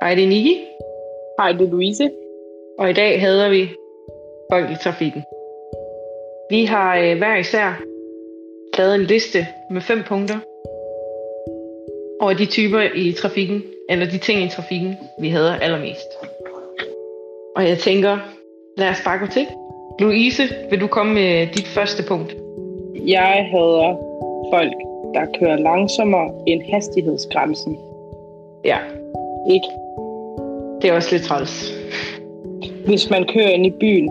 Hej, det er Niki. Hej, det er Louise. Og i dag hader vi folk i trafikken. Vi har hver især lavet en liste med 5 punkter over de typer i trafikken, eller de ting i trafikken, vi hader allermest. Og jeg tænker, lad os bare gå til. Louise, vil du komme med dit første punkt? Jeg hader folk, der kører langsommere end hastighedsgrænsen. Ja, Ikke? det er også lidt træls. Hvis man kører ind i byen,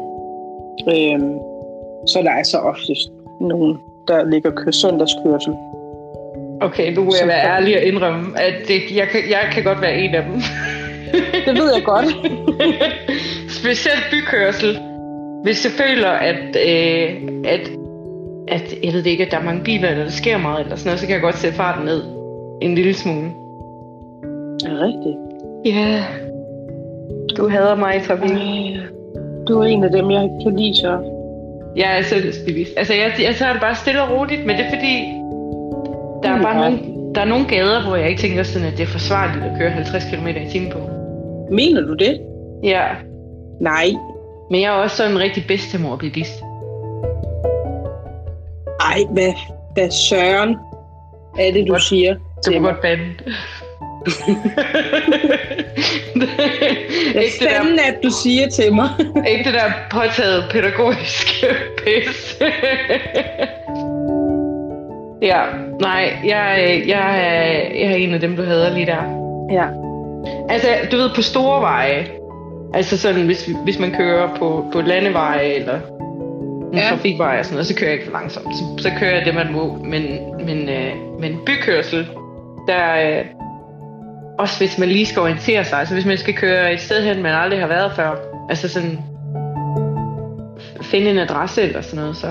så er der altså oftest nogen, der ligger og kører søndagskørsel. Okay, nu vil jeg være ærlig og indrømme, at jeg kan godt være en af dem. Det ved jeg godt. Specielt bykørsel. Hvis jeg føler, at jeg ved ikke, at der er mange biler, eller der sker meget, eller sådan noget, så kan jeg godt sætte farten ned en lille smule. Er det rigtigt? Ja, du hader mig i trafikken. Du er en af dem, jeg kan lide, så. Jeg er selvbevidst. Altså, jeg tager det bare stille og roligt, men det er fordi, der er bare nogle gader, hvor jeg ikke tænker sådan, at det er forsvarligt at køre 50 km/t på. Mener du det? Ja, Nej. men jeg er også sådan en rigtig bedstemor-bilist. Ej, hvad søren er det, du siger Du til må mig? godt bande. Det er spændende, at du siger til mig. Ikke det der påtaget pædagogiske pis. Ja, nej, jeg er en af dem, du hader lige der. Ja. Altså, du ved, på store veje, altså sådan, hvis man kører på landeveje eller en trafikvej og sådan noget, så kører jeg ikke for langsomt. Så kører jeg det, man må. Men bykørsel, der også hvis man lige skal orientere sig, altså hvis man skal køre et sted hen, man aldrig har været før, altså sådan finde en adresse eller sådan noget, så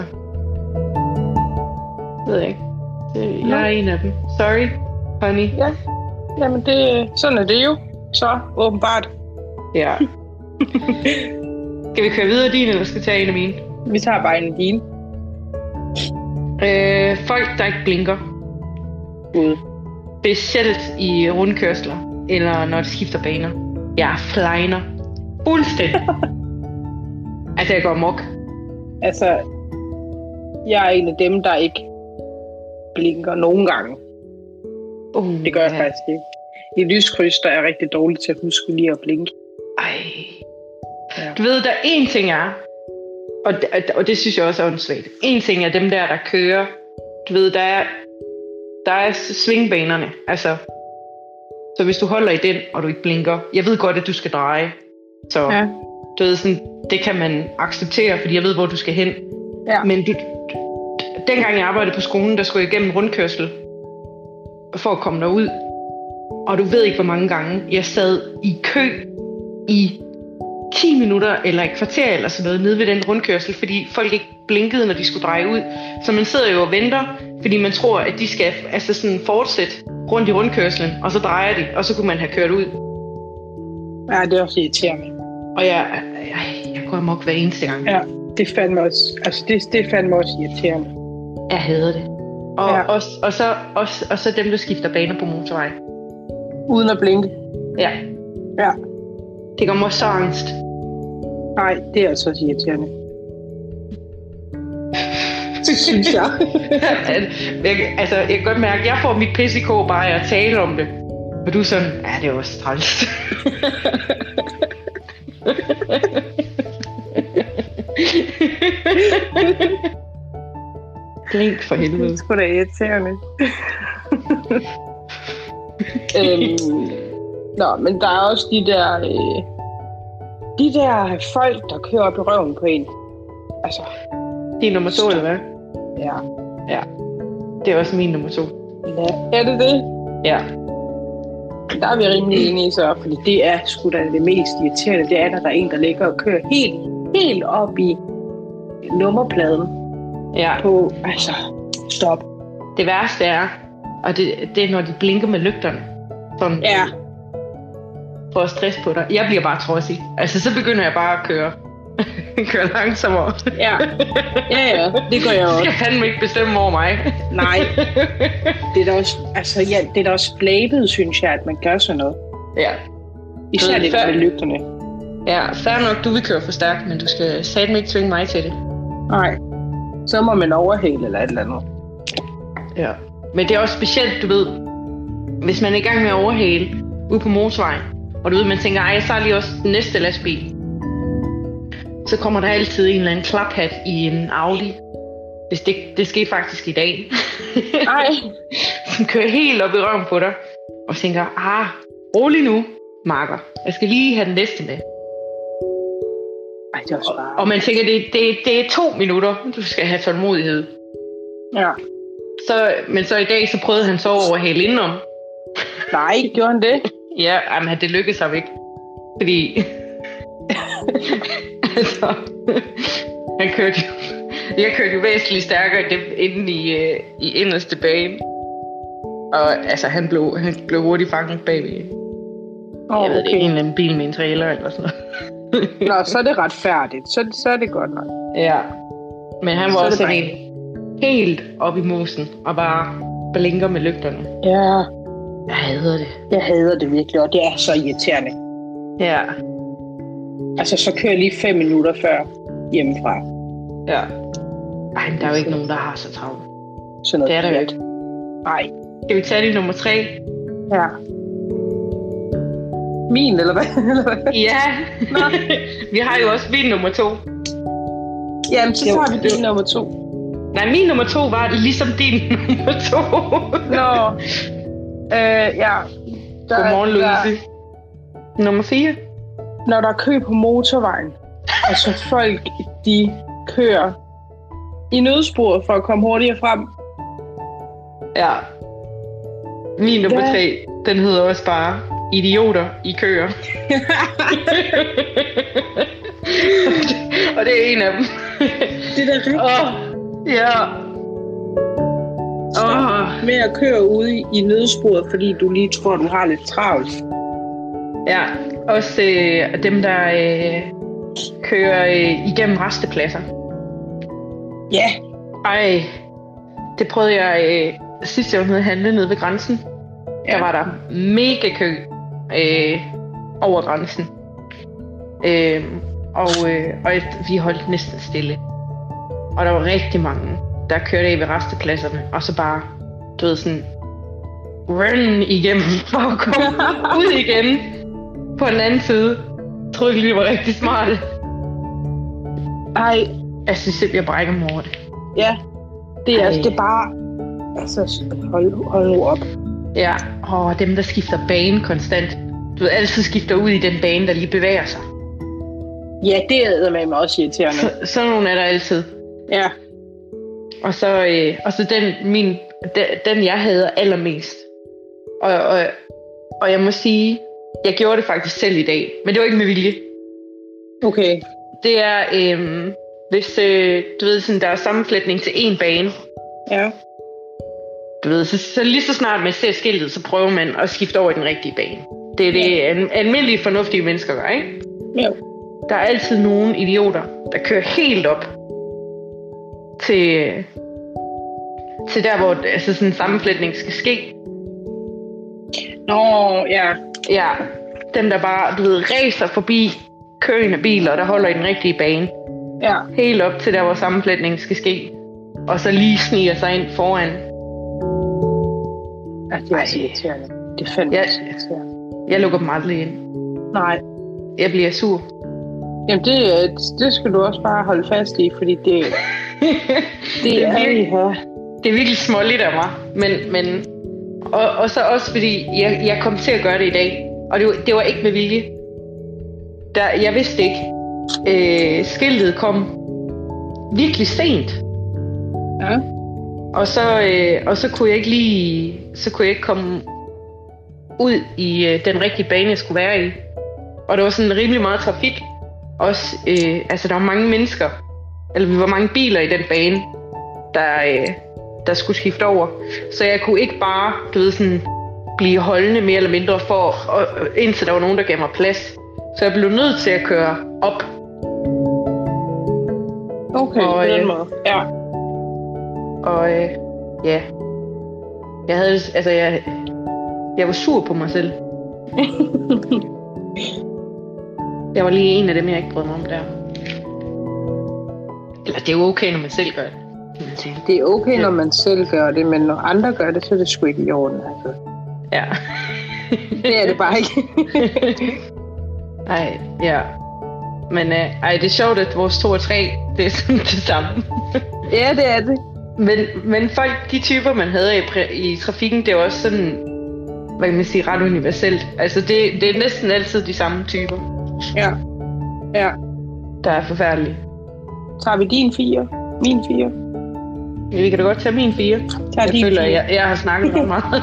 ved jeg ikke. Jeg er en af dem. Sorry, honey. Ja. Jamen, sådan er det jo. Så åbenbart. Ja. Skal vi køre videre din, eller skal vi tage en af mine? Vi tager bare en af dine. Folk, der ikke blinker. Gud. Specielt i rundkørsler, eller når de skifter baner. Jeg flyner fuldstændig. Altså, jeg går amok. Altså, jeg er en af dem, der ikke blinker nogen gange. Det gør jeg faktisk ikke. I lyskryds, der er jeg rigtig dårlig til at huske lige at blinke. Ej. Ja. Du ved, der er én ting er, og det synes jeg også er åndssvagt. En ting er dem der kører. Du ved, der er svingbanerne. Altså, så hvis du holder i den, og du ikke blinker, jeg ved godt, at du skal dreje. Så Ja. du ved, sådan, det kan man acceptere, fordi jeg ved, hvor du skal hen. Ja. Men dengang jeg arbejdede på skolen, der skulle jeg igennem rundkørsel for at komme derud. Og du ved ikke, hvor mange gange jeg sad i kø i 10 minutter eller et kvarter eller sådan noget nede ved den rundkørsel, fordi folk ikke blinkede, når de skulle dreje ud. Så man sidder jo og venter, fordi man tror, at de skal altså sådan fortsætte rundt i rundkørslen, og så drejer de, og så kunne man have kørt ud. Ja, det er også irriterende. Og jeg går amok hver eneste gang. Ja, det er fandme også, altså det er fandme også irriterende. Jeg hader det. Og, Ja. og så dem, der skifter baner på motorvej. Uden at blinke. Ja, Ja. det gør mig så angst. Nej, det er altså også irriterende. Det synes jeg. Jeg kan godt mærke, at jeg får mit pis i kog bare af at tale om det. Og du er sådan, ja, det er også træls. Blink for helvede. Det er sgu da irriterende. Nå, men der er også de der folk, der kører op i røven på en. Altså, Det er nummer 2, eller hvad? ja. Ja. Det er også min nummer 2. Er det det? Ja. Der er vi rimelig enige så, fordi det er sgu da det mest irriterende. Det er, at der er en, der ligger og kører helt op i nummerpladen Ja. på, altså, stop. Det værste er, og det er, når de blinker med lygterne. Sådan. Ja. For at stress på dig. Jeg bliver bare trodsig. Altså, så begynder jeg bare at køre langsommere. Ja, det gør jeg Du også. skal fandme ikke bestemme over mig. Nej, det er da også, altså, ja, det er da også flabet, synes jeg, at man gør sådan noget. Ja. Især det med lygterne. Ja, fair nok, du vil køre for stærkt, men du skal satme ikke tvinge mig til det. Nej. Så må man overhale eller et eller andet. Ja. Men det er også specielt, du ved, hvis man er i gang med at overhale ude på motorvejen, og du ved, man tænker, jeg tager lige også den næste lastbil. Så kommer der altid en eller anden klaphat i en Audi. Det skete faktisk i dag. Nej. Som kører helt op i røven på dig, og tænker, rolig nu, makker. Jeg skal lige have den næste med. Ej, det er også bare... Og man tænker, det er 2 minutter, du skal have tålmodighed. Ja. Men så i dag, så prøvede han så over at hælde indenom. Nej, gjorde han det? Ja, men det lykkedes ham ikke. Fordi... altså... Jeg kørte jo væsentligt stærkere inde i inderste bane. Og altså, han blev hurtigt fanget bagved. Jeg ved det ikke, en eller anden bil med en trailer eller sådan noget. Nå, så er det retfærdigt. Så er det godt nok. Ja. Men han var også helt op i mosen og bare blinker med lygterne. Ja. Jeg hader det. Jeg hader det virkelig, og det er så irriterende. Ja. Altså, så kører jeg lige 5 minutter før hjemmefra. Ja. Ej, men der er jo ikke nogen, der har så travlt. Sådan noget. Det er der jo ikke. Nej. Skal vi tage det nummer 3? Ja. Min, eller hvad? Ja. Vi har jo også min nummer 2. Jamen, så tager vi din nummer 2. Nej, min nummer 2 var ligesom din nummer 2. Nå. Ja. Godmorgen, Louise. Nummer 4. Når der er kø på motorvejen, altså folk, de kører i nødsporet for at komme hurtigere frem. Ja. Min nummer 3, den hedder også bare idioter i køer. Og det er en af dem. Det er da rigtigt. Ja. Med at køre ude i nødsporet, fordi du lige tror, du har lidt travlt. Ja, også dem, der kører igennem rastepladser. Ja. Ej, det prøvede jeg sidst jeg var nede at handle nede ved grænsen. Ja. Der var der mega kø over grænsen. Og vi holdt næsten stille. Og der var rigtig mange, der kørte af ved restepladserne, og så bare, du ved, sådan run igennem for at komme ud igen på den anden side. Jeg troede det var rigtig smart. Ej, jeg synes simpelthen, jeg brækker mig over det. Ja, det er bare, altså hold nu op. Ja, og dem der skifter bane konstant. Du ved, altid skifter ud i den bane, der lige bevæger sig. Ja, det er med mig også irriterende. Sådan nogle er der altid. Ja. Og så den jeg hader allermest. Og jeg må sige, jeg gjorde det faktisk selv i dag, men det var ikke med vilje. Okay. Det er, hvis du ved, sådan, der er sammenflætning til én bane. Ja. Du ved, så lige så snart man ser skiltet, så prøver man at skifte over i den rigtige bane. Det er det almindelige fornuftige mennesker gør, ikke? Ja. Der er altid nogle idioter, der kører helt op til der, hvor altså sådan en sammenflætning skal ske. Nå, ja. Ja, dem der bare, du ved, racer forbi køen af biler, der holder i den rigtige bane. Ja. Helt op til der, hvor sammenflætningen skal ske. Og så lige sniger sig ind foran. Ja, det er så irriterende. Det er fandme irriterende. Jeg lukker dem aldrig ind. Nej. Jeg bliver sur. Jamen, det skal du også bare holde fast i, fordi det er virkelig småligt af mig. Men og så også fordi jeg kom til at gøre det i dag. Og det var ikke med vilje. Jeg vidste ikke. Skiltet kom virkelig sent. Ja. Og så kunne jeg ikke ikke komme ud i den rigtige bane, jeg skulle være i. Og der var sådan rimelig meget trafik. Også, altså der var mange mennesker, eller vi var mange biler i den bane, der skulle skifte over. Så jeg kunne ikke bare, du ved, sådan blive holdende mere eller mindre indtil der var nogen, der gav mig plads. Så jeg blev nødt til at køre op. Okay, på den måde. Ja. Og ja. Jeg var sur på mig selv. Jeg var lige en af dem, jeg ikke brød mig om der. Eller det er jo okay, når man selv gør det. Det er okay, når man selv gør det, men når andre gør det, så er det sgu ikke i orden. Altså. Ja. Det er det bare ikke. Ej, ja. Men det er sjovt, at vores 2 og 3, det er sådan det samme. Ja, det er det. Men folk, de typer, man havde i trafikken, det er også sådan, hvad kan man sige, ret universelt. Altså, det er næsten altid de samme typer. Ja. Ja. Der er forfærdelige. Tager vi din 4? Min 4? Ja, vi kan da godt tage min 4. Jeg føler, jeg har snakket ret meget.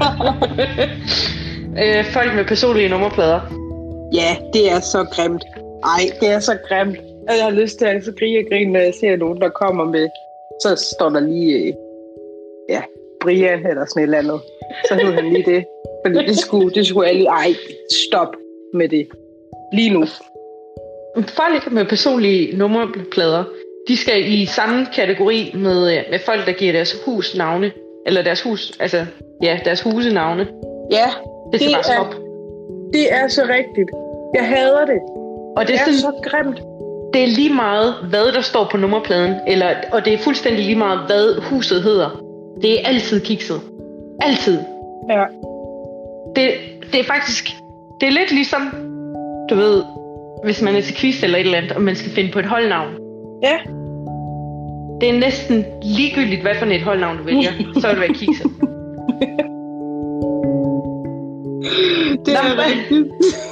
Folk med personlige nummerplader. Ja, det er så grimt. Ej, det er så grimt. Jeg har lyst til at så grine, når jeg ser nogen, der kommer med. Så står der lige, Brian eller sådan et eller andet. Så hed han lige det. Fordi det skulle alle. Ej, stop med det. Lige nu. Folk med personlige nummerplader, de skal i samme kategori med folk, der giver deres hus navne. Eller deres hus, altså, ja, deres husenavne. Ja, det skal bare stoppe. Det er så rigtigt. Jeg hader det. Og det er så grimt. Det er lige meget, hvad der står på nummerpladen, og det er fuldstændig lige meget, hvad huset hedder. Det er altid kikset. Altid. Ja. Det er faktisk, det er lidt ligesom, du ved, hvis man er til quiz eller et eller andet, og man skal finde på et holdnavn. Ja. Det er næsten ligegyldigt, hvad for et holdnavn du vælger, så vil det være kikset. Det er rigtigt.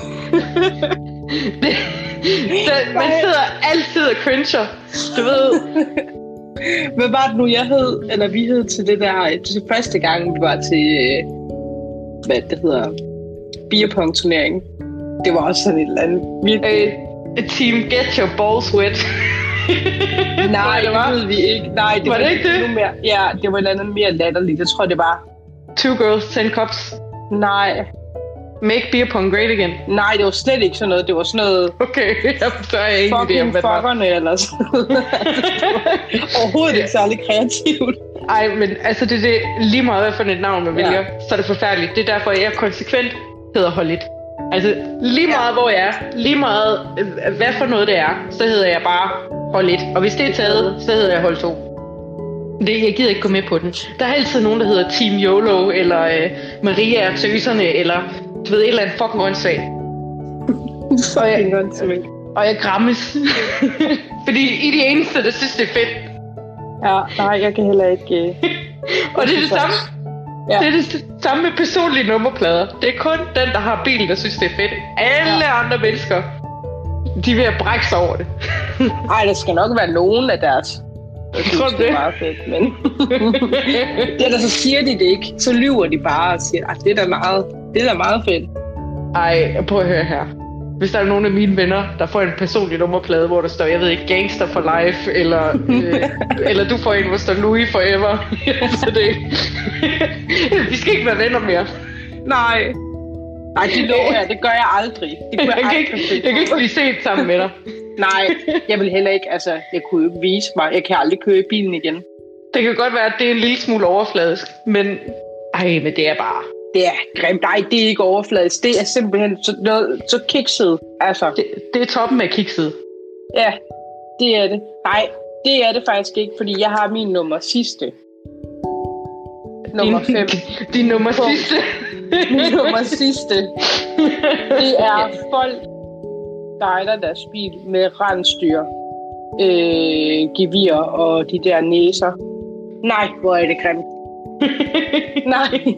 Man sidder altid og cringer, du ved. Hvad var det nu, vi hed til det der, til første gang, vi var til, hvad det hedder, beerpong-turnering. Det var også sådan et eller andet. Team Get Your Balls Wet. Nej, det hed vi ikke. Nej, det var det ikke det? Mere, ja, det var et eller andet mere latterligt. Jeg tror, det var 2 girls, 10 cups. Nej. Make beer pong great again. Nej, det var slet ikke sådan noget. Det var sådan noget... Okay, jeg forstår ikke det. Fucking fuckerne eller sådan noget. Overhovedet ikke særlig kreativt. Ej, men altså det er lige meget, hvad for et navn man vælger, så er det forfærdeligt. Det er derfor, jeg konsekvent hedder Hold 1. Altså lige meget, hvor jeg er, lige meget, hvad for noget det er, så hedder jeg bare Hold 1. Og hvis det er taget, så hedder jeg Hold 2. Jeg gider ikke gå med på den. Der er altid nogen, der hedder Team YOLO, eller Maria og Tøserne, eller du ved, et eller andet fucking åndssvagt. Og jeg grammes. Fordi I er de eneste, der synes, det er fedt. Ja, nej, jeg kan heller ikke... Og det er det samme. Ja. Det er det samme med personlige nummerplader. Det er kun den, der har bil, der synes, det er fedt. Alle andre mennesker, de er ved at brække sig over det. Ej, der skal nok være nogen af deres... Jeg tror, det er meget fedt, men... det der, så siger de det ikke. Så lyver de bare og siger, at det er da meget fedt. Ej, prøv at høre her. Hvis der er nogen af mine venner, der får en personlig nummerplade, hvor der står, jeg ved ikke, Gangster for Life, eller du får en, hvor der står Louis Forever. Så vi skal ikke være venner mere. Nej, det lover jeg. Det gør jeg aldrig. Jeg kan ikke blive set sammen med dig. Nej, jeg vil heller ikke. Altså, jeg kunne ikke vise mig. Jeg kan aldrig køre i bilen igen. Det kan godt være, at det er en lille smule overfladisk, men det er bare... Det er grimt. Nej, det er ikke overfladisk. Det er simpelthen så kikset. Altså. Det er toppen af kikset. Ja, det er det. Nej, det er det faktisk ikke, fordi jeg har min nummer sidste. Nummer 5. Din nummer sidste? Min nummer sidste. Det er folk, guider deres bil med rensdyr, gevir og de der næser. Nej, hvor er det grimt. Nej.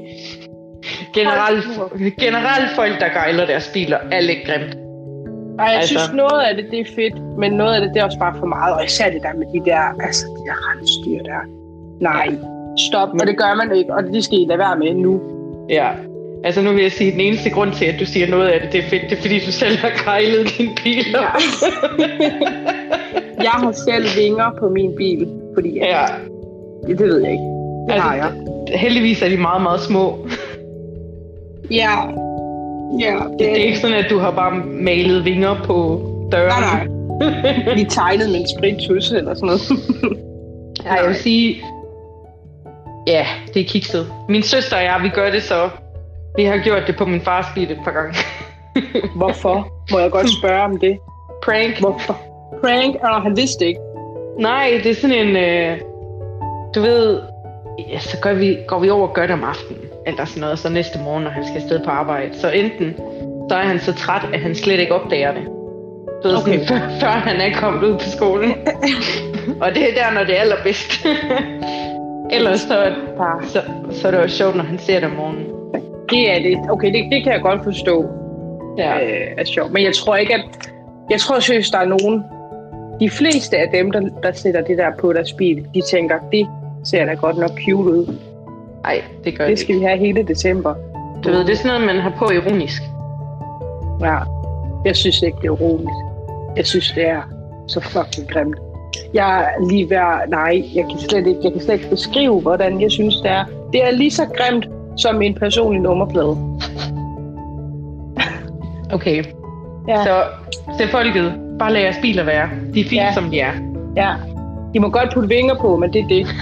Generelt folk, der gejler deres biler, er lidt grimt. Og jeg synes, noget af det er fedt, men noget af det er også bare for meget. Og især det der med de der rensdyr der. Nej, stop. Og det gør man ikke, og det skal I lade være med nu. Ja, altså nu vil jeg sige, at den eneste grund til, at du siger noget af det er fedt, det er fordi, du selv har gejlet din bil. Ja. Jeg har selv vinger på min bil, fordi det ved jeg ikke. Det har jeg. Heldigvis er de meget, meget små. Ja. Det er ikke sådan, at du har bare malet vinger på døren. Nej. Vi tegnede med en sprittus eller sådan noget. Ja, jeg vil sige... Ja, det er kikset. Min søster og jeg, vi gør det så... Vi har gjort det på min fars bil et par gange. Hvorfor? Må jeg godt spørge om det? Prank. Hvorfor? Prank? Han vidste ikke. Nej, det er sådan en... du ved... Ja, så går vi over og gør det om aftenen. Eller sådan noget. Så næste morgen, når han skal afsted på arbejde. Så enten så er han så træt, at han slet ikke opdager det. Du ved, okay. Sådan, før han er kommet ud på skolen. Og det er der, når det er allerbedst. Ellers så er det også sjovt, når han ser det om morgenen. Det er det. Okay, det kan jeg godt forstå. Ja. Er sjovt. Men jeg tror ikke, at... Jeg tror seriøst, der er nogen... De fleste af dem, der sætter det der på deres bil, de tænker, det ser da godt nok cute ud. Nej, det gør det skal vi have hele december. Du ved, det er sådan noget, man har på ironisk. Ja, jeg synes ikke, det er ironisk. Jeg synes, det er så fucking grimt. Jeg er lige ved... Nej, jeg kan slet ikke beskrive, hvordan jeg synes, det er. Det er lige så grimt som en personlig nummerplade. Okay. Ja. Så til folket, bare lad jeres biler være. De er fine, som de er. Ja. De må godt putte vinger på, men det er det.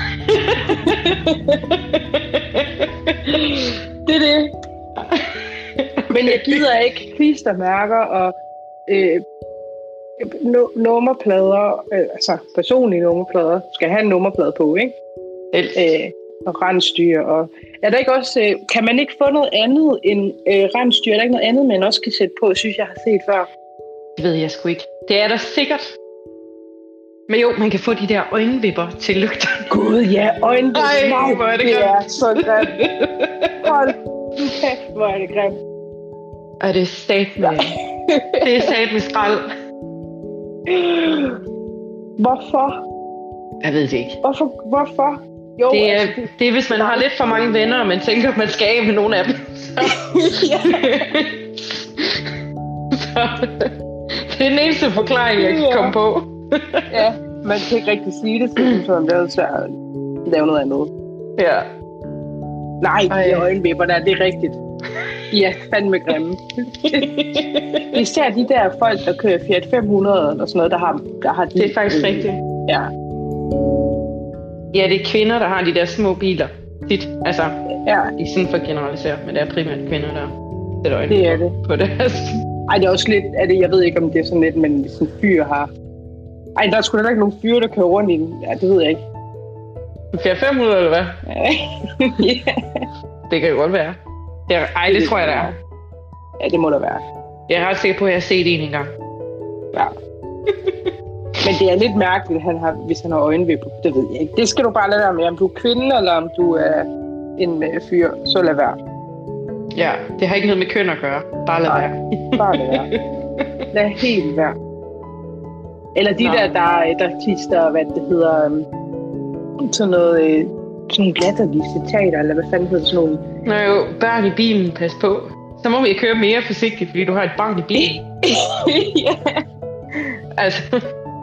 Det er det. Men jeg gider ikke klistermærker og nummerplader, altså personlige nummerplader, skal have en nummerplade på, ikke? Og rensdyr. Og er der ikke også, kan man ikke få noget andet end rensdyr? Er der ikke noget andet, man også kan sætte på, synes jeg har set før? Det ved jeg sgu ikke. Det er der sikkert. Men jo, man kan få de der øjenvipper til lygter. Gud, ja, øjenvipper. Nej, hvor er det grimt. Det er så grimt. Hold kæft, hvor er det grimt. Og det er satme. Det er satme skrald. Hvorfor? Jeg ved det ikke. Hvorfor? Jo, det er, hvis man har lidt for mange venner, og man tænker, at man skal af med nogle af dem. Så det er den eneste forklaring, jeg kan komme på. Ja, man kan ikke rigtig sige det, så man bliver så at lave noget andet. Ja. Nej, de øjenvipper der, det er rigtigt. Ja, fandme grimme. Især de der folk, der kører Fiat 500 eller sådan noget, der har de... Det er faktisk rigtigt. Ja. Ja, det er kvinder, der har de der små biler. Tit, altså, ja. De er sådan for generaliseret, men det er primært kvinder, der sætter øjne det er det. På deres. Ej, det er også lidt, jeg ved ikke, om det er sådan lidt, men sådan en fyr har... Ej, der er sgu da ikke nogen fyre, der kører rundt i den. Ja, det ved jeg ikke. Fiat 500, eller hvad? Ja. Det kan jo godt være. Det tror jeg, der er. Ja, det må der være. Jeg er ret sikker på, at jeg har set en engang. Ja. Men det er lidt mærkeligt, hvis han har øjenvipper. Det ved jeg ikke. Det skal du bare lade være med. Om du er kvinde, eller om du er en fyr, så lad være. Ja, det har ikke noget med køn at gøre. Bare lad være. Bare lad være. Lad helt være. Eller de der klister, hvad det hedder, sådan noget, sådan nogle latterlige citater, eller hvad fanden hedder sådan nogle. Nå jo, børn i bilen, pas på. Så må vi køre mere forsigtigt, fordi du har et barn i bilen. Ja. Altså.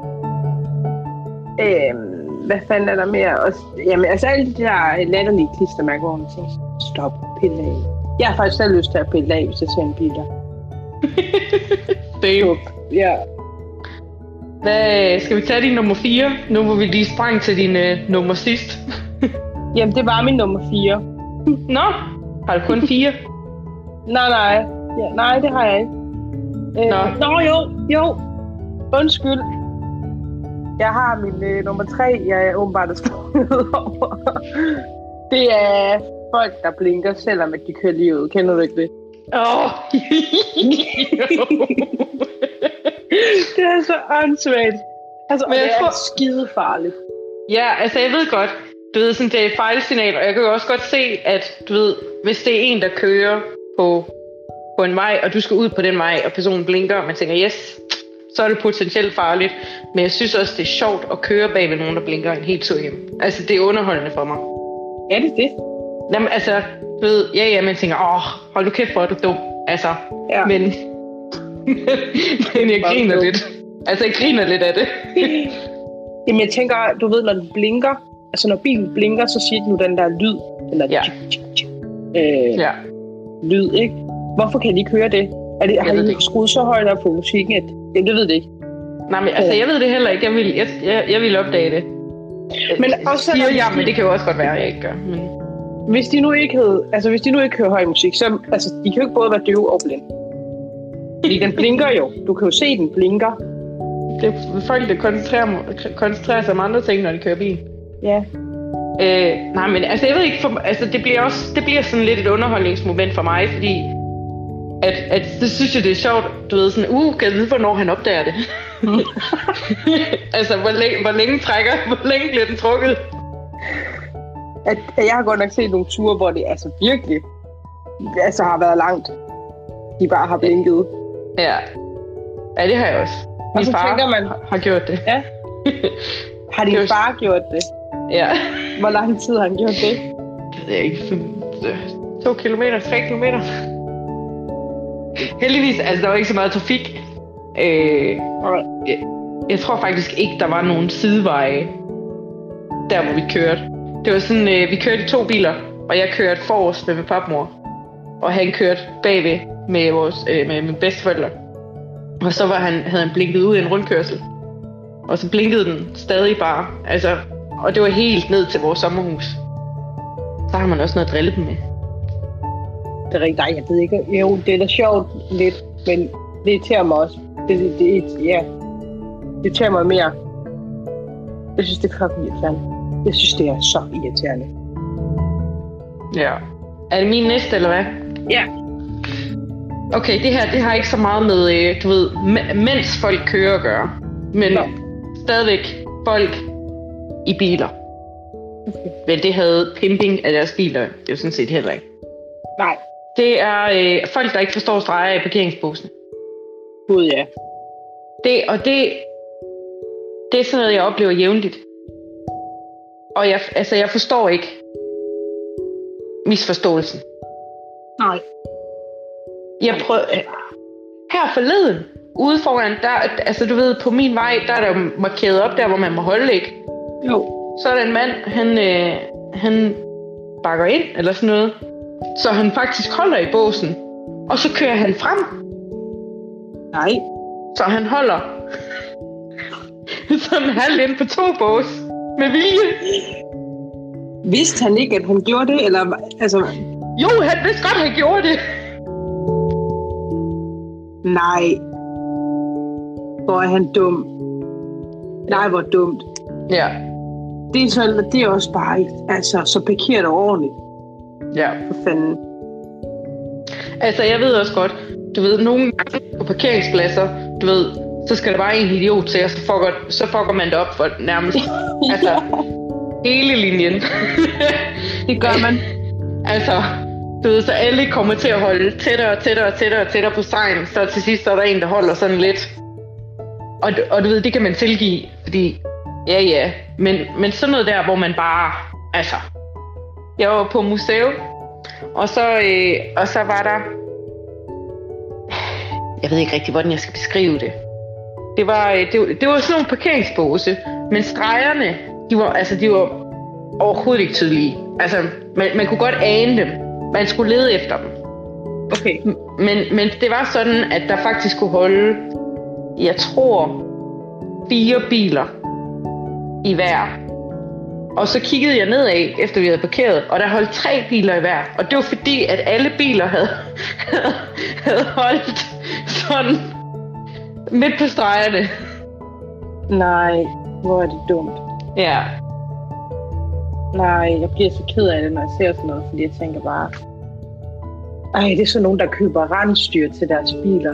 Hvad fanden er der mere? Jamen, altså alle de der latterlige klistermærker, hvor man tænker, stop, pille af. Jeg har faktisk selv lyst til at pille af, hvis jeg ser en bil der. Stop. Ja. Hvad, skal vi tage din nummer 4? Nu hvor vi lige sprang til din nummer sidst. Jamen, det var min nummer 4. Nå, har du kun 4? Nej. Ja, nej, det har jeg ikke. Nå, jo. Undskyld. Jeg har min nummer 3, jeg er åbenbart sprunget over. Det er folk, der blinker, selvom at de kører lige ud. Kender du ikke det? Det er så åndssvagt. Altså, men det er skidefarligt. Ja, altså jeg ved godt, du ved, sådan, det er et fejlsignal, og jeg kan jo også godt se, at du ved, hvis det er en, der kører på en vej, og du skal ud på den vej, og personen blinker, og man tænker, yes, så er det potentielt farligt. Men jeg synes også, det er sjovt at køre bag ved nogen, der blinker en helt tur hjem. Altså, det er underholdende for mig. Er det det? Jamen, altså, du ved, ja, man tænker, hold du kæft, hvor er du dum. Altså, ja. Men jeg griner lidt. Altså, jeg griner lidt af det. Jamen, jeg tænker, du ved, når den blinker, altså når bilen blinker, så siger den jo den der lyd. Eller lyd, ikke? Hvorfor kan de ikke høre det? Har de skruet så højt op på musikken, at det ved det ikke? Nej, men altså, jeg ved det heller ikke. Jeg vil opdage det. Men også men det kan jo også godt være, at jeg ikke gør. Men hvis de nu ikke hører høj musik, så altså, de kan jo ikke både være døve og blinde. Fordi den blinker jo. Du kan jo se, den blinker. Det er folk, der koncentrerer sig om andre ting, når de kører bil. Ja. Nej, men altså, jeg ved ikke, det bliver sådan lidt et underholdningsmoment for mig, fordi at det synes jeg, det er sjovt, du ved, sådan, kan jeg vide, hvornår han opdager det? Altså, hvor længe bliver den trukket? Jeg har godt nok set nogle ture, hvor det altså virkelig har været langt. De bare har blinket. Ja, det har jeg også. Min far har gjort det. Ja. Har din far gjort det? Ja. Hvor lang tid har han gjort det? Det ved jeg ikke. 2 kilometer, 3 kilometer. Heldigvis, altså der var ikke så meget trafik. Jeg tror faktisk ikke, der var nogen sideveje, der hvor vi kørte. Det var sådan, vi kørte i 2 biler, og jeg kørte forrest med min papmor. Og han kørte bagved med mine bedsteforældre. Og så havde han blinket ud i en rundkørsel. Og så blinkede den stadig bare. Altså, og det var helt ned til vores sommerhus. Så har man også noget at drille dem med. Det er rigtigt. Nej, jeg ved ikke. Jo, det er da sjovt lidt, men det irriterer mig også. Det irriterer mig mere. Jeg synes, det er fucking irriterende. Jeg synes, det er så irriterende. Ja. Er det min næste, eller hvad? Ja. Okay, det her, det har ikke så meget med, du ved, mens folk kører at gøre. Men stadigvæk folk i biler. Okay. Men det havde pimping af deres biler. Det er jo sådan set heller ikke. Nej. Det er folk, der ikke forstår streger i parkeringsposen. Gud, ja. Det er sådan noget, jeg oplever jævnligt. Og jeg forstår ikke misforståelsen. Nej. Jeg prøver... Her forleden, ude foran, altså du ved, på min vej, der er der markeret op der, hvor man må holde, ikke? Jo. Så er der en mand, han bakker ind, eller sådan noget. Så han faktisk holder i båsen. Og så kører han frem. Nej. Så han holder sådan halvt ind på 2 bås. Med vilje. Vidste han ikke, at han gjorde det? Eller, altså... Jo, han vidste godt, at han gjorde det. Nej. Hvor er han dum. Nej, hvor dumt. Ja. Det er også bare ikke... Altså, så parkerer du ordentligt. Ja. For fanden. Altså, jeg ved også godt, du ved, nogle gange på parkeringspladser, du ved, så skal der bare en idiot til, og så fucker man det op for nærmest. Altså, hele linjen. Det gør man. Altså, du ved, så alle kommer til at holde tættere på stregen, så til sidst er der en, der holder sådan lidt. Og du ved, det kan man tilgive, fordi, ja, men sådan noget der, hvor man bare, altså, jeg var på museum, og så var der, jeg ved ikke rigtig, hvordan jeg skal beskrive det. Det var sådan nogle parkeringsbåse, men stregerne, de var overhovedet ikke tydelige. Altså, man kunne godt ane dem. Man skulle lede efter dem. Okay. Men det var sådan, at der faktisk kunne holde, jeg tror, 4 biler i hver. Og så kiggede jeg nedad, efter vi havde parkeret, og der holdt 3 biler i hver. Og det var fordi, at alle biler havde holdt sådan midt på stregerne. Nej, hvor er det dumt. Ja. Nej, jeg bliver så ked af det, når jeg ser sådan noget, fordi jeg tænker bare... Ej, det er sådan nogen, der køber rensdyr til deres biler.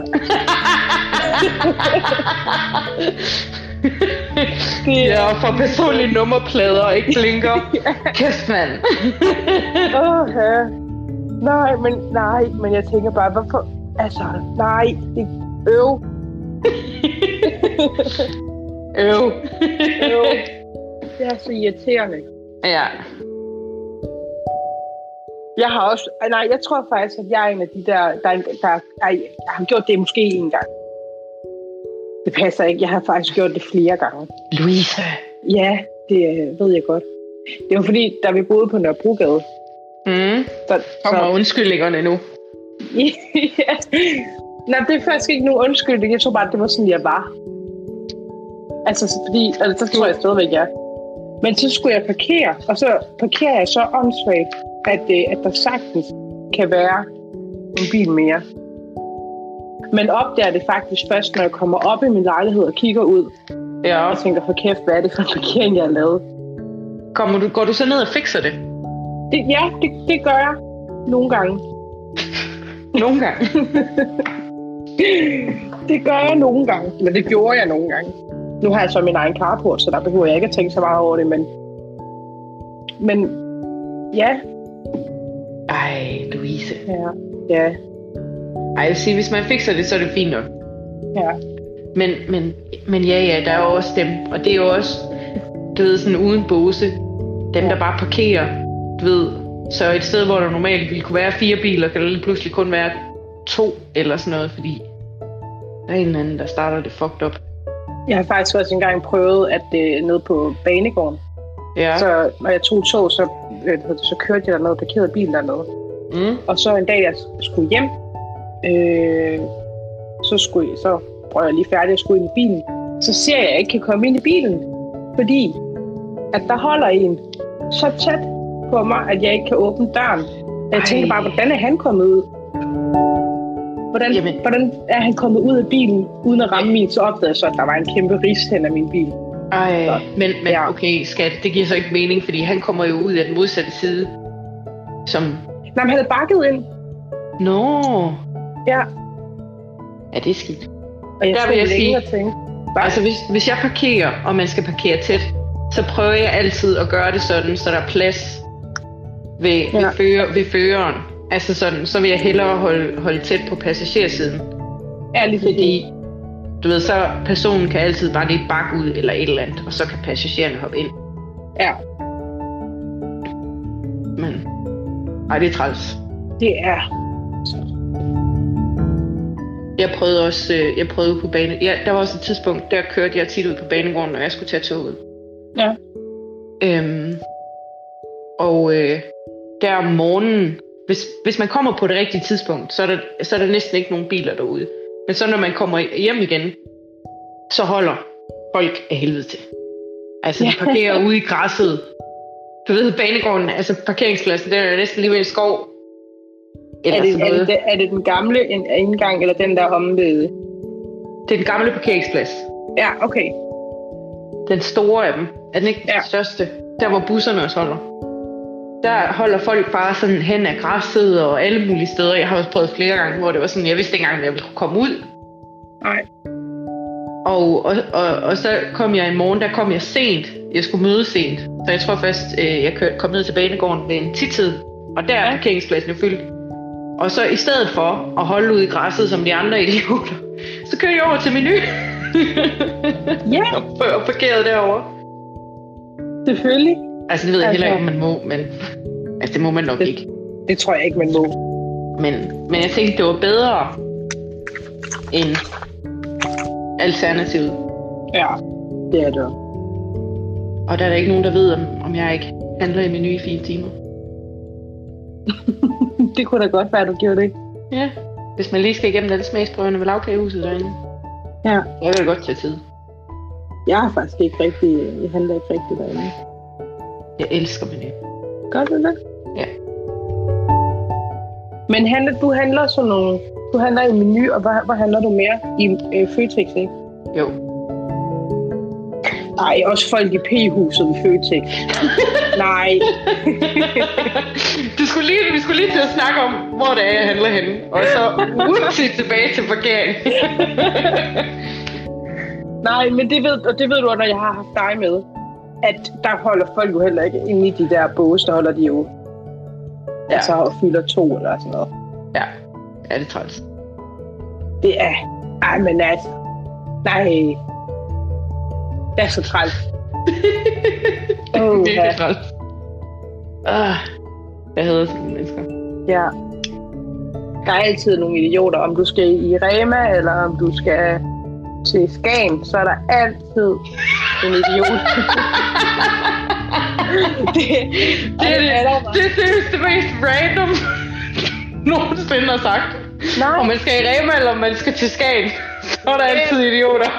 Ja, og får personlige nummerplader og ikke blinker. Kæft, mand. Nej, men jeg tænker bare, hvorfor... Altså, nej, det er øv. Øv. Det er så irriterende. Ja. Jeg har også... Nej, jeg tror faktisk, at jeg er en af de der har gjort det måske en gang. Det passer ikke. Jeg har faktisk gjort det flere gange. Louise. Ja, det ved jeg godt. Det var fordi, da vi boede på Nørrebrogade. Kommer undskyldningerne nu. Ja. Nej, det er faktisk ikke nogen undskyldning. Jeg tror bare, det var sådan, jeg var. Altså, fordi... Altså, så tror jeg stadigvæk, jeg Men så skulle jeg parkere, og så parkerer jeg så åndssvagt, at der sagtens kan være en bil mere. Men opdager det faktisk først, når jeg kommer op i min lejlighed og kigger ud. Ja. Og tænker, for kæft, hvad er det for en parkering, jeg har lavet? Går du så ned og fikser det? Det gør jeg. Nogle gange. Nogle gange? Det gør jeg nogle gange. Men det gjorde jeg nogle gange. Nu har jeg så min egen carport, så der behøver jeg ikke at tænke så meget over det, men ja. Ej, Louise. Ja. Ej, jeg vil sige, hvis man fikser det, så er det fint nok. Ja. Men ja, der er jo også dem, og det er jo også, du ved, sådan uden båse, dem der bare parkerer, du ved, så et sted, hvor der normalt ville kunne være 4 biler, kan der lige pludselig kun være 2 eller sådan noget, fordi der er en eller anden, der starter det fucked up. Jeg har faktisk også engang prøvet, at nede på banegården, så når jeg tog tog, så kørte jeg dernede og parkerede bilen dernede. Og så en dag, jeg skulle hjem, så prøver jeg lige færdig at skulle ind i bilen. Så ser jeg, at jeg ikke kan komme ind i bilen, fordi at der holder en så tæt på mig, at jeg ikke kan åbne døren. Jeg tænker bare, hvordan er han kommet ud? Hvordan er han kommet ud af bilen, uden at ramme min? Så opdagede jeg så, at der var en kæmpe ris hen af min bil. Men okay, skat, det giver så ikke mening, fordi han kommer jo ud af den modsatte side. Nej, men han havde bakket ind. Nå. Ja. Ja, det er skidt. Og jeg der vil jeg sige, tænke. Altså hvis jeg parkerer, og man skal parkere tæt, så prøver jeg altid at gøre det sådan, så der er plads ved føreren. Altså sådan, så vil jeg hellere holde tæt på passagersiden. Ærligt. Fordi, du ved, så personen kan altid bare lige bakke ud eller et eller andet, og så kan passagerne hoppe ind. Ja. Men, ej, det er træls. Det er. Jeg prøvede på bane. Ja, der var også et tidspunkt, der kørte jeg tit ud på banegården, når jeg skulle tage toget. Ja. Der om morgenen, hvis man kommer på det rigtige tidspunkt, så er der næsten ikke nogen biler derude. Men så når man kommer hjem igen, så holder folk af helvede til. Altså, de parkerer ude i græsset. Du ved, banegården, altså parkeringspladsen, den er næsten lige ved en skov. Er det den gamle indgang, eller den der omme ved? Det er den gamle parkeringsplads. Ja, okay. Den store af dem. Er den ikke den største? Der, hvor busserne også holder. Der holder folk bare sådan hen af græsset og alle mulige steder. Jeg har også prøvet flere gange, hvor det var sådan, jeg vidste ikke engang, at jeg ville komme ud. Nej. Og så kom jeg en morgen, der kom jeg sent. Jeg skulle møde sent. Så jeg tror først, jeg kom ned til banegården ved en tid. Og der er parkeringspladsen jo fyldt. Og så i stedet for at holde ud i græsset som de andre idioter, så kørte jeg over til Meny. Ja. Og parkerede derovre. Selvfølgelig. Altså det ved jeg heller ikke, om man må, men altså det må man nok ikke. Det tror jeg ikke, man må. Men jeg tænkte, det var bedre end alternativet. Ja, det er det. Og der er der ikke nogen, der ved, om jeg ikke handler i Meny i 4 timer. Det kunne da godt være, at du gjorde det. Ja, hvis man lige skal igennem alle smagsprøverne ved lavkagehuset derinde. Ja. Jeg vil godt tage tid. Jeg har faktisk ikke rigtig, jeg handler ikke rigtig derinde. Jeg elsker Meny. Gør du det? Ja. Men du handler sådan nogle, du handler i Meny, og hvor handler du mere? I Føtex, ikke? Jo. Nej, også folk i P-huset ved Føtex. Nej. Vi skulle lige til at snakke om, hvor det er, jeg handler henne. Og så tilbage til parkering. Nej, men det ved du, når jeg har haft dig med. At der holder folk jo heller ikke inde i de der båse, der holder de jo. Ja. Altså og fylder 2 eller sådan noget. Ja, det er træls. Det er. Ej, men altså. Nej. Det er så træls. Det er virkelig træls. Jeg hader sådan nogle mennesker. Ja. Der er altid nogle idioter. Om du skal i Rema, eller om du skal til Skagen, så er der altid en idiot. Det er seriøst det mest random nogensinde har sagt. Nej. Om man skal i Rema, eller om man skal til Skagen, så er der altid idioter.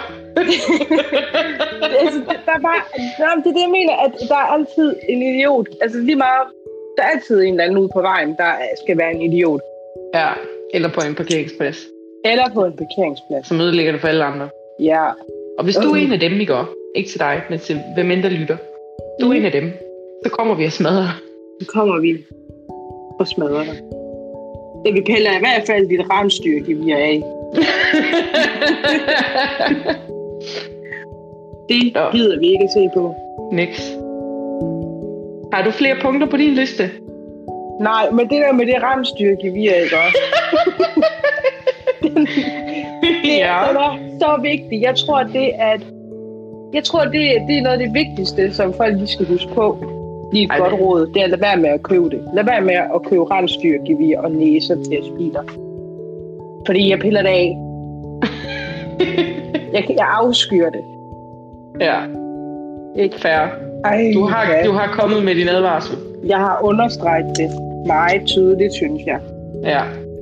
Det er det, jeg mener, at der er altid en idiot. Altså lige meget, der er altid en eller anden ude på vejen, der skal være en idiot. Ja, eller på en parkeringsplads. Eller på en parkeringsplads. Som ødelægger det for alle andre. Ja. Og hvis du er en af dem, I går, ikke til dig, men til hvem end der lytter, du er en af dem, så kommer vi og smadrer dig. Så kommer vi og smadrer dig. Det vi piller i hvert fald dit rensdyrke, vi er af. Det gider vi ikke at se på. Niks. Har du flere punkter på din liste? Nej, men det der med det rensdyrke, vi er ikke også. Det er så vigtigt. Jeg tror, det er noget af det vigtigste, som folk lige skal huske på. Lige et godt råd. Det er at lade være med at købe det. Lad være med at købe rensdyrgevir og næser til at spilde. Fordi jeg piller det af. Jeg afskyr det. Ja. Ikke fair. Du har kommet med din advarsel. Jeg har understreget det meget tydeligt, synes jeg. Ja.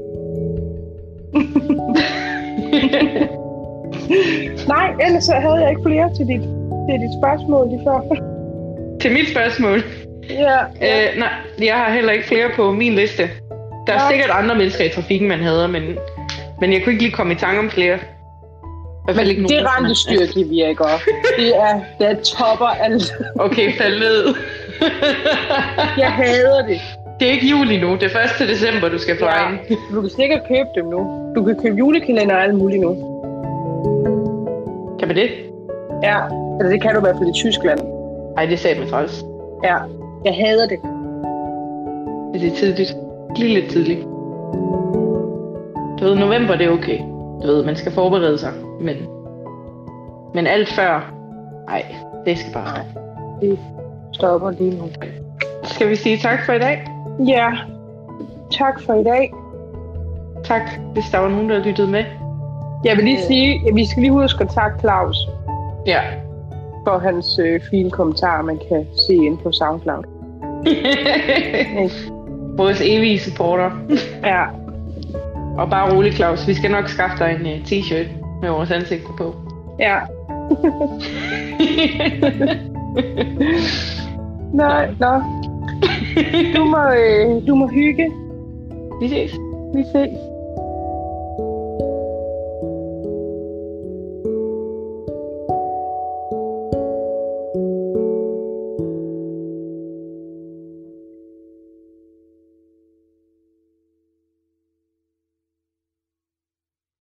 Nej, ellers så havde jeg ikke flere til dit spørgsmål lige før. Til mit spørgsmål? Ja. Nej, jeg har heller ikke flere på min liste. Der er sikkert andre mennesker i trafikken, man hader, men jeg kunne ikke lige komme i tanke om flere. Men det rentestyrke, vi ikke også. Det er topper alt. Okay, fald ned. Jeg hader det. Det er ikke jul endnu. Det er 1. december, du skal fejre. Ja, du kan sikkert købe dem nu. Du kan købe julekalender og alt muligt nu. Kan man det? Ja, altså det kan du i hvert fald i Tyskland. Ej, det sagde man træls. Ja, jeg hader det. Det er tidligt. Lige lidt tidligt. Du ved, november det er okay. Du ved, man skal forberede sig. Men alt før... Nej, det skal bare... Det stopper lige nu. Skal vi sige tak for i dag? Ja, tak for i dag. Tak, hvis der var nogen, der lyttede med. Jeg vil lige sige, at vi skal lige huske at takke Claus. Ja. For hans fine kommentarer, man kan se inde på SoundCloud. Vores evige supporter. Ja. Og bare rolig, Claus. Vi skal nok skaffe dig en t-shirt med vores ansigter på. Ja. Nej, nå. Du må hygge. Vi ses. Vi ses.